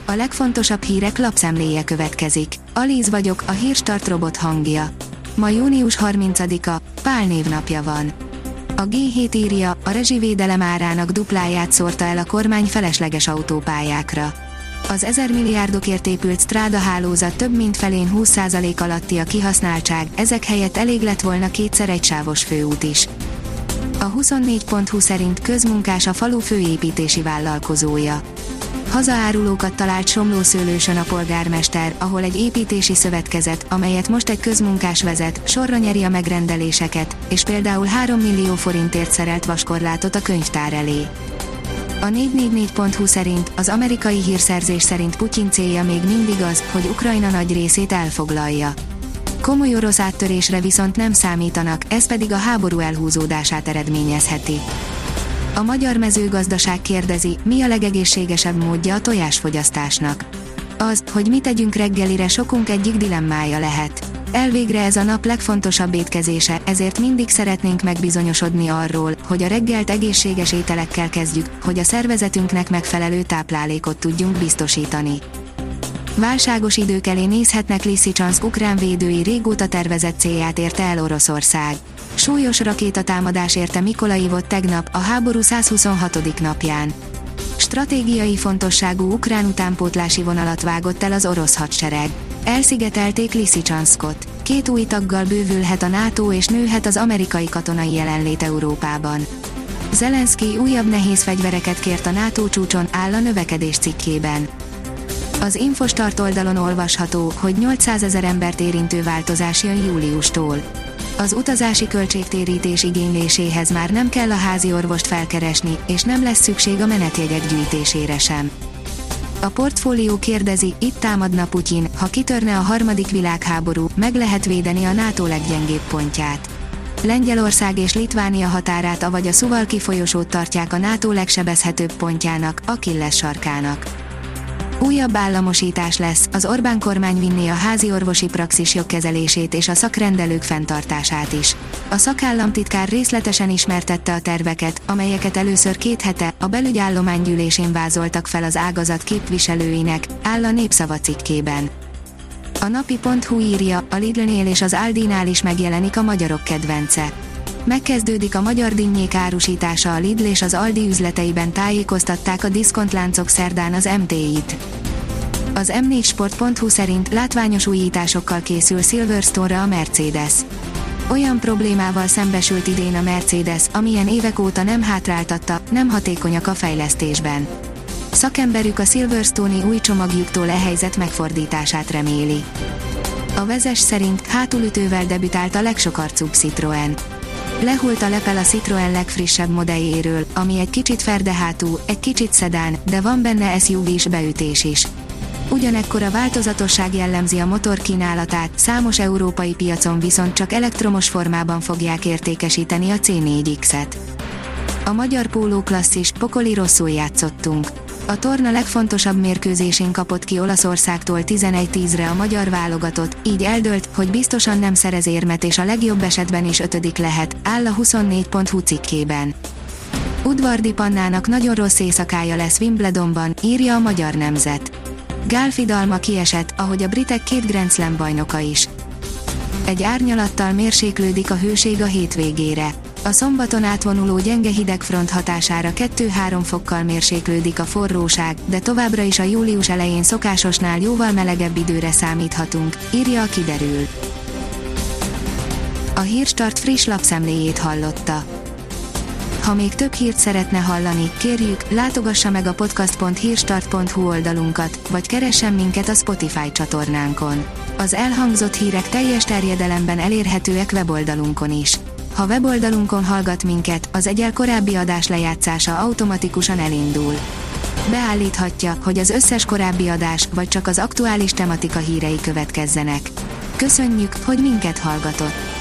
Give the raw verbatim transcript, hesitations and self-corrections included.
A legfontosabb hírek lapszemléje következik. Alíz vagyok, a Hírstart robot hangja. Ma június harmincadika, Pál névnapja van. A gé hét írja, a rezsivédelem árának dupláját szórta el a kormány felesleges autópályákra. Az ezer milliárdokért épült Strada hálózat több mint felén húsz százalék alatti a kihasználtság, ezek helyett elég lett volna kétszer egysávos főút is. A huszonnégy pont hu szerint közmunkás a falu főépítési vállalkozója. Hazaárulókat talált Somlószőlősön a polgármester, ahol egy építési szövetkezet, amelyet most egy közmunkás vezet, sorra nyeri a megrendeléseket, és például három millió forintért szerelt vaskorlátot a könyvtár elé. A négy négy négy pont hu szerint az amerikai hírszerzés szerint Putyin célja még mindig az, hogy Ukrajna nagy részét elfoglalja. Komoly orosz áttörésre viszont nem számítanak, ez pedig a háború elhúzódását eredményezheti. A magyar mezőgazdaság kérdezi, mi a legegészségesebb módja a tojásfogyasztásnak. Az, hogy mit tegyünk reggelire, sokunk egyik dilemmája lehet. Elvégre ez a nap legfontosabb étkezése, ezért mindig szeretnénk megbizonyosodni arról, hogy a reggelt egészséges ételekkel kezdjük, hogy a szervezetünknek megfelelő táplálékot tudjunk biztosítani. Válságos idők elé nézhetnek, Lisszicsanszk ukrán védői régóta tervezett célját érte el Oroszország. Súlyos rakétatámadás érte Mikolajivot tegnap, a háború százhuszonhatodik napján. Stratégiai fontosságú ukrán utánpótlási vonalat vágott el az orosz hadsereg. Elszigetelték Lisszicsanszkot. Két új taggal bővülhet a NATO és nőhet az amerikai katonai jelenlét Európában. Zelenszkij újabb nehéz fegyvereket kért a NATO csúcson, áll a növekedés cikkében. Az Infostart oldalon olvasható, hogy nyolcszázezer embert érintő változás jön júliustól. Az utazási költségtérítés igényléséhez már nem kell a házi orvost felkeresni, és nem lesz szükség a menetjegyek gyűjtésére sem. A Portfólió kérdezi, itt támadna Putyin, ha kitörne a harmadik világháború, meg lehet védeni a NATO leggyengébb pontját. Lengyelország és Litvánia határát, avagy a Suwałki folyosót tartják a NATO legsebezhetőbb pontjának, Achilles sarkának. Újabb államosítás lesz, az Orbán kormány vinné a házi orvosi praxis jogkezelését és a szakrendelők fenntartását is. A szakállamtitkár részletesen ismertette a terveket, amelyeket először két hete a belügyállománygyűlésén vázoltak fel az ágazat képviselőinek, áll a Népszava cikkében. A napi pont hu írja, a Lidlnél és az Aldinál is megjelenik a magyarok kedvence. Megkezdődik a magyar dinnyék árusítása, a Lidl és az Aldi üzleteiben, tájékoztatták a diszkontláncok szerdán az em té í-t. Az em négy sport pont hu szerint látványos újításokkal készül Silverstone-ra a Mercedes. Olyan problémával szembesült idén a Mercedes, amilyen évek óta nem hátráltatta, nem hatékonyak a fejlesztésben. Szakemberük a Silverstone-i új csomagjuktól e helyzet megfordítását reméli. A Vezes szerint hátulütővel debütált a legsokarcúbb Citroën. Lehult a lepel a Citroën legfrissebb modelljéről, ami egy kicsit ferdehátú, egy kicsit szedán, de van benne es u vé-s beütés is. Ugyanekkor a változatosság jellemzi a motor kínálatát, számos európai piacon viszont csak elektromos formában fogják értékesíteni a cé négy iksz-et. A magyar póló klasszis, pokoli rosszul játszottunk. A torna legfontosabb mérkőzésén kapott ki Olaszországtól tizenegy tízre a magyar válogatott, így eldőlt, hogy biztosan nem szerez érmet és a legjobb esetben is ötödik lehet, áll a huszonnégy pont hu cikkében. Udvardi Pannának nagyon rossz éjszakája lesz Wimbledonban, írja a Magyar Nemzet. Gálfidalma kiesett, ahogy a britek két Grand Slam bajnoka is. Egy árnyalattal mérséklődik a hőség a hétvégére. A szombaton átvonuló gyenge hidegfront hatására kettő-három fokkal mérséklődik a forróság, de továbbra is a július elején szokásosnál jóval melegebb időre számíthatunk, írja a Kiderül. A Hírstart friss lapszemléjét hallotta. Ha még több hírt szeretne hallani, kérjük, látogassa meg a podcast pont hírstart pont hu oldalunkat, vagy keressen minket a Spotify csatornánkon. Az elhangzott hírek teljes terjedelemben elérhetőek weboldalunkon is. Ha weboldalunkon hallgat minket, az egyel korábbi adás lejátszása automatikusan elindul. Beállíthatja, hogy az összes korábbi adás, vagy csak az aktuális tematika hírei következzenek. Köszönjük, hogy minket hallgatott!